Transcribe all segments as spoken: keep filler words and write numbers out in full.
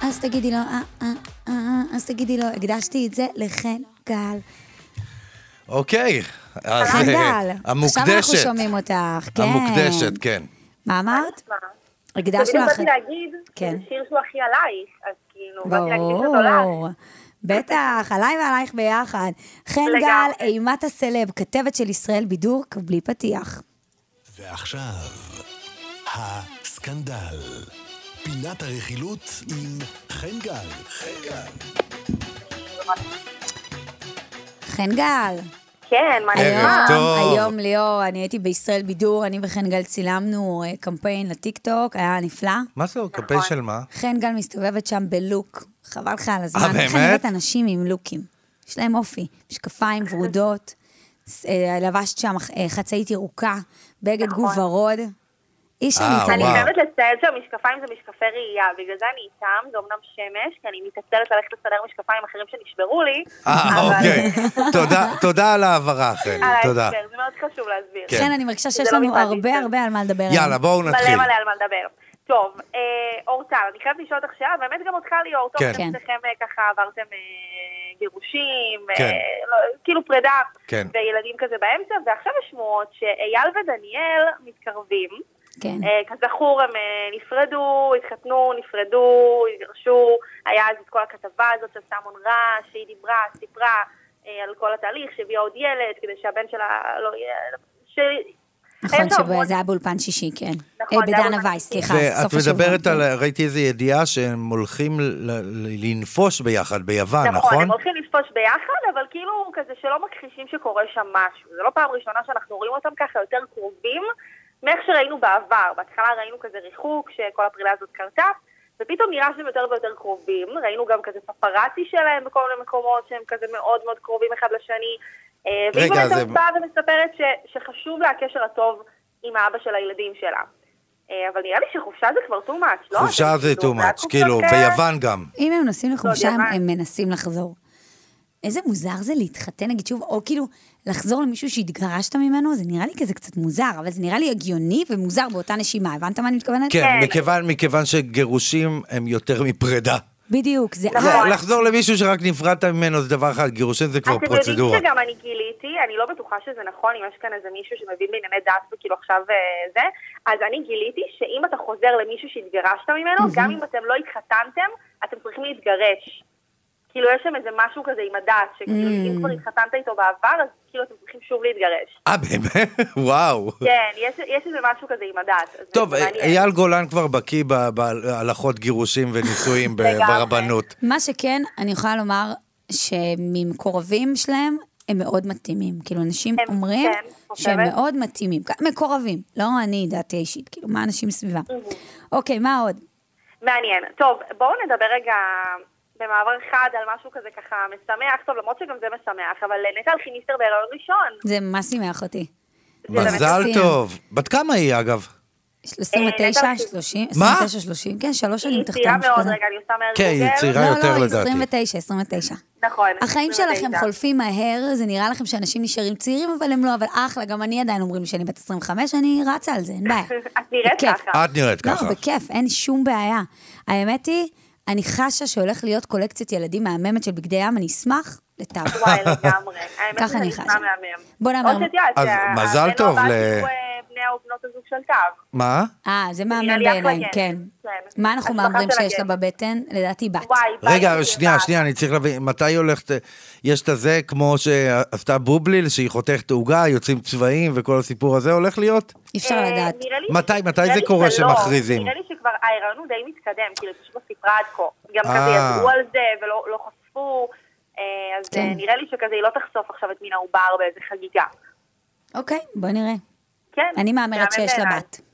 אז תגידי לו, אה, אה, אה, אז תגידי לו, הקדשתי את זה לחן גל. אוקיי. חן גל. המוקדשת. עכשיו אנחנו שומעים אותך, כן. המוקדשת, כן. מה אמרת? הקדשנו בדיוק לך. באתי להגיד, כן. זה שיר שהוא הכי עלייך, אז כאילו, באתי להגיד אותו לך. ברור. בטח, עליי ועלייך ביחד. חן גל, אימת הסלב, כתבת של ישראל בידור, קבלי פתיח. ועכשיו, הסקנדל. פינת הרכילות עם חן גל. חן גל. חן גל. כן, מה היום, נשמע? טוב. היום ליאור, אני הייתי בישראל בידור, אני וחן גל צילמנו אה, קמפיין לטיק טוק, היה נפלא. מה זה, קמפיין של מה? חן גל מסתובבת שם בלוק, חבל לך על הזמן. אה, באמת? איך אני אוהבת אנשים עם לוקים. יש להם אופי, משקפיים ורודות, אה, לבשת שם אה, חצאית ירוקה, בגד נכון. גוף ורוד. איש אה, אמיתי. אני וואו. חייבת לציין שהמשקפיים זה משקפי ראייה, בגלל זה אני איתם, זה אומנם שמש, כי אני מתעצלת ללכת לסדר משקפיים אחרים שנשברו לי. אה, אבל- אוקיי. תודה, תודה על העברה, חן. על תודה. ההסבר, זה מאוד חשוב להסביר. כן. כן, אני מרגישה שיש זה לא לנו מפעל הרבה דיסטל. הרבה על מה לדבר. יאללה, היום. בואו נתחיל. מלא מלא על מה לדבר. טוב, אה, אורטל, אני חייבת לשאול אותך שאלה, באמת גם אותך ליאור, טוב, כן. אתם צריכים אה, ככה עברתם אה, גירושים, אה, כן. לא, כאילו פרידה, כן. וילדים כזה באמצע, ועכשיו יש שמועות שאייל ודניאל מתקרבים, כן. אה, כזכור הם אה, נפרדו, התחתנו, נפרדו, התגרשו, היה אז את כל הכתבה הזאת של סמון רע, שהיא דיברה, סיפרה אה, על כל התהליך, שהביאה עוד ילד, כדי שהבן שלה לא יהיה... ש... נכון, היה שם המון- שזה היה באולפן שישי, כן. נכון, אה, זה היה בדנה באולפן וייס, שישי. סליחה, ואת סוף השבוע. מדברת על, כן. ראיתי איזו ידיעה שהם הולכים ל- ל- לנפוש ביחד ביוון, נכון, נכון? הם הולכים לפגוש ביחד, אבל כאילו כזה שלא מכחישים שקורה שם משהו. זה לא פעם ראשונה שאנחנו רואים אותם ככה יותר קרובים, מאיך שראינו בעבר. בהתחלה ראינו כזה ריחוק שכל הפרידה הזאת קרתה, ופתאום נראה שהם יותר ויותר קרובים. ראינו גם כזה פפרצי שלהם בכל מיני מקומות שהם כזה מאוד מאוד קרובים אחד לשני. אה, והיא רגע, באמת זה- באה ומספרת ש- שחשוב לה הקשר הטוב עם האבא של הילדים שלה. אה, אבל נראה לי שחופשה זה כבר too much, לא? חופשה אתם זה כאילו, too זה היה much, תקופות כאילו, כאלה. ביוון גם. אם הם נוסעים לחופשה, הם, יוון. הם מנסים לחזור. איזה מוזר זה להתחתן, נגיד שוב, או כאילו לחזור למישהו שהתגרשת ממנו, זה נראה לי כזה קצת מוזר, אבל זה נראה לי הגיוני ומוזר באותה נשימה. הבנת מה אני מתכוונת? כן, כן. מכיוון, מכיוון שגירושים הם יותר מפרידה. בדיוק, זה... נכון. לחזור למישהו שרק נפרדת ממנו זה דבר אחד, גירושים זה כבר אתם פרוצדורה. יודעים שגם אני גיליתי, אני לא בטוחה שזה נכון, אם יש כאן איזה מישהו שמבין בענייני דת וכאילו עכשיו אה, זה, אז אני גיליתי שאם אתה חוזר למישהו שהתגרשת ממנו, גם אם אתם לא התחתנתם, אתם צריכים להתגרש. כאילו יש שם איזה משהו כזה עם הדת, שכאילו אם כבר התחתנת איתו בעבר, אז כאילו אתם צריכים שוב להתגרש. אה, באמת? וואו. כן, יש, יש איזה משהו כזה עם הדת. אז טוב, זה מעניין. אייל גולן כבר בקיא ב- בהלכות גירושים ונישואים ב- לגמרי. ברבנות. מה שכן, אני יכולה לומר שממקורבים שלהם, הם מאוד מתאימים. כאילו, אנשים הם- אומרים כן, שהם חושבת. מאוד מתאימים. מקורבים, לא אני, דעתי אישית. כאילו, מה אנשים סביבה. אוקיי, מה עוד? מעניין. טוב, בואו נדבר רגע במעבר אחד על משהו כזה ככה משמח, טוב, למרות שגם זה משמח, אבל נטע אלכימיסטר בהיריון ראשון. זה ממש שימח אותי. מזל מקסים. טוב. בת כמה היא, אגב? עשרים ותשע, נטע- שלושים, מה? עשרים ותשע, שלושים, כן, שלוש שנים היא תחתם. צעירה משהו מאוד, כזה. רגע, אני עושה מהר כן, היא גוגל. צעירה לא, יותר לא, לדעתי. עשרים ותשע, עשרים ותשע. נכון. החיים עשרים שלכם ותשע. חולפים מהר, זה נראה לכם שאנשים נשארים צעירים, אבל הם לא, אבל אחלה, גם אני עדיין אומרים לי שאני בת עשרים וחמש, אני רצה על זה, אין בעיה. את נראית בכיף. ככה. את נראית לא, ככה. בכיף, אין שום בעיה. האמת היא, אני חשה שהולך להיות קולקציית ילדים מהממת של בגדי ים, אני אשמח לטאב. וואי, לגמרי. האמת ככה שזה אני נשמע חשה. מהמם. בוא נאמר. או שתיאת, אז מזל טוב ל- בני או בנות הזוג של טאב. מה? אה, זה נראה מהמם לי אחלה בעיניי, גן. כן. כן. מה אנחנו השלכה מהמרים של שיש לה הגן. בבטן? לדעתי בת. וואי, ביי, רגע, שלי שנייה, בת. שנייה, אני צריך להבין, מתי היא הולכת, יש את הזה כמו שעשתה בובליל, שהיא חותכת עוגה, יוצאים צבעים וכל הסיפור הזה הולך להיות? אי אפשר אה, לדעת. נראה לי- מתי- מתי נראה זה לי קורה שלא. שמכריזים? נראה לי שכבר ההיריון הוא די מתקדם, כאילו, פשוט לא סיפרה עד כה. גם אה. כזה ידעו על זה ולא לא חשפו, אה, אז כן. אה, נראה לי שכזה היא לא תחשוף עכשיו את מין העובר באיזה חגיגה. אוקיי, בוא נראה. כן. אני מהמרת מהמם שיש לה בעיניי. בת.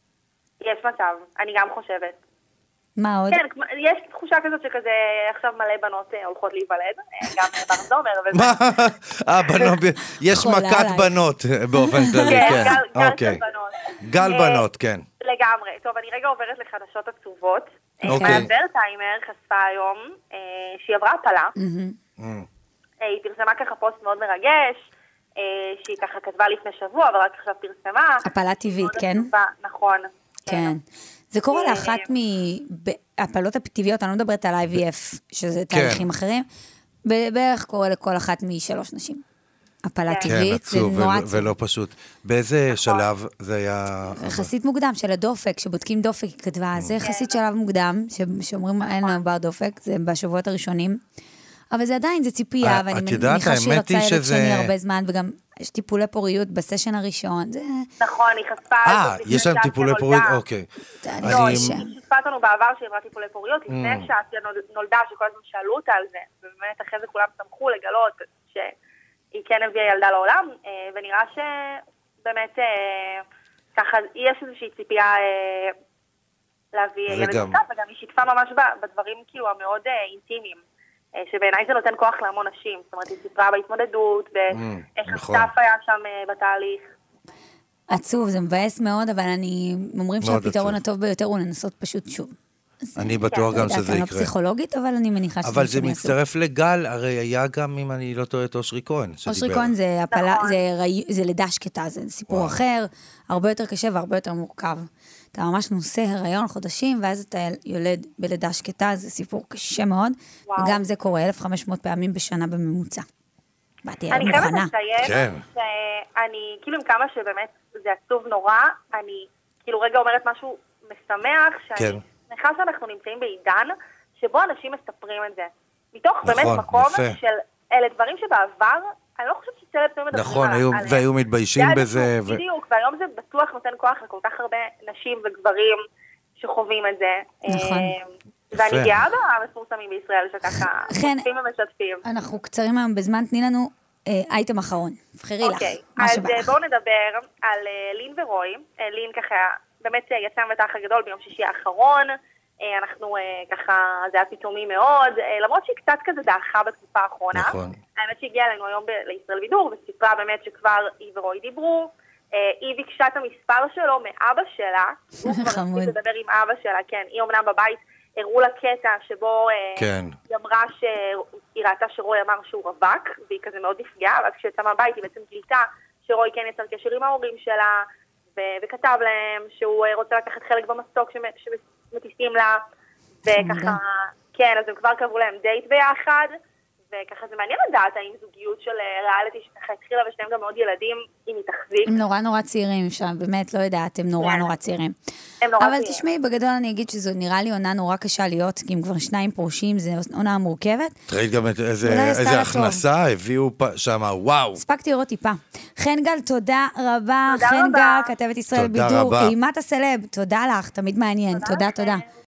יש מצב, אני גם חושבת. מה עוד? כן, כמו- יש תחושה כזאת שכזה עכשיו מלא בנות אה, הולכות להיוולד, אה, גם אה, בר זומר וזה. מה? אה, בנות, יש חולה מכת עליי. בנות באופן כללי, כן, כן. גל- גל אוקיי. של בנות. גל אה, בנות, כן. לגמרי. טוב, אני רגע עוברת לחדשות עצובות. אה, אוקיי. מאיה ורטהיימר חשפה היום אה, שהיא עברה הפלה. מהמם. אה, היא פרסמה ככה פוסט מאוד מרגש, אה, שהיא ככה כתבה לפני שבוע, אבל רק עכשיו פרסמה. הפלה טבעית, מאוד כן? עצובה, נכון. כן. זה קורה לאחת מהפלות הטבעיות, אני לא מדברת על איי וי אף, שזה תהליכים אחרים, בערך קורה לכל אחת משלוש נשים. הפלה טבעית, זה נורא עצוב. ולא פשוט. באיזה שלב זה היה... יחסית מוקדם של הדופק, שבודקים דופק, היא כתבה, זה יחסית שלב מוקדם, שאומרים אין לנו בר דופק, זה בשבועות הראשונים, אבל זה עדיין, זה ציפייה, ואני מניחה שהיא רצה ילד שני הרבה זמן, וגם יש טיפולי פוריות בסשן הראשון. נכון, היא חשפה... אה, יש להם טיפולי פוריות? אוקיי. לא, היא שיתפה אותנו בעבר שהיא עברה טיפולי פוריות, לפני שאסיה נולדה, שכל הזמן שאלו אותה על זה, ובאמת אחרי זה כולם שמחו לגלות שהיא כן הביאה ילדה לעולם, ונראה שבאמת ככה, יש איזושהי ציפייה להביא ילד נוסף, וגם היא שיתפה ממש בדברים כאילו המאוד אינטימיים. שבעיניי זה נותן כוח להמון נשים, זאת אומרת, היא סיפרה בהתמודדות, ואיך הסטאפ היה שם בתהליך. עצוב, זה מבאס מאוד, אבל אני אומרים שהפתרון הטוב ביותר הוא לנסות פשוט שוב. אני בטוח גם שזה יקרה. אני לא פסיכולוגית, אבל אני מניחה שזה אבל זה מצטרף לגל, הרי היה גם, אם אני לא טועה, את אושרי כהן. אושרי כהן זה לידה שקטה, זה סיפור אחר, הרבה יותר קשה והרבה יותר מורכב. אתה ממש נושא הריון חודשים, ואז אתה יולד בלידה שקטה, זה סיפור קשה מאוד, וגם זה קורה אלף וחמש מאות פעמים בשנה בממוצע. באתי מוכנה. אני חייבת לציין שאני, כאילו עם כמה שבאמת זה עצוב נורא, אני כאילו רגע אומרת משהו משמח, שאני שמחה שאנחנו נמצאים בעידן, שבו אנשים מספרים את זה. מתוך באמת מקום של אלה דברים שבעבר, אני לא חושבת שצלב תמיד מדברים נכון, והיו מתביישים בזה. בדיוק, והיום זה בטוח נותן כוח לכל כך הרבה נשים וגברים שחווים את זה. נכון. ואני גאה במפורסמים בישראל שככה משתפים ומשתפים. אנחנו קצרים היום בזמן, תני לנו אייטם אחרון. בחרי לך, מה שבא לך. אז בואו נדבר על לין ורוי. לין ככה, באמת יצא המבטח הגדול ביום שישי האחרון. אנחנו ככה, זה היה פתאומי מאוד, למרות שהיא קצת כזה דעכה בתקופה האחרונה. נכון. האמת שהגיעה אלינו היום לישראל בידור, וסיפרה באמת שכבר היא ורוי דיברו. היא ביקשה את המספר שלו מאבא שלה. הוא כבר רצית לדבר עם אבא שלה, כן. היא אומנם בבית הראו לה קטע שבו כן. היא אמרה שהיא ראתה שרוי אמר שהוא רווק, והיא כזה מאוד נפגעה, אבל כשיצאה מהבית היא בעצם גילתה שרוי כן יצר קשר עם ההורים שלה, וכתב להם שהוא רוצה לקחת חלק במסוק שמטיסים לה, וככה, כן, אז הם כבר קבעו להם דייט ביחד, וככה זה מעניין לדעת האם זוגיות של ריאליטי שככה התחילה, ושניהם גם מאוד ילדים, אם היא תחזיק. הם נורא נורא צעירים שם, באמת לא יודעת, הם נורא נורא צעירים. אבל תשמעי, בגדול אני אגיד שזו נראה לי עונה נורא קשה להיות, כי אם כבר שניים פרושים, זו עונה מורכבת. תראית גם איזה הכנסה הביאו שם, וואו. הספקתי לראות טיפה. חן גל, תודה רבה. חן גל, כתבת ישראל בידור, אימת הסלב, תודה לך, תמיד מעניין. תודה, תודה.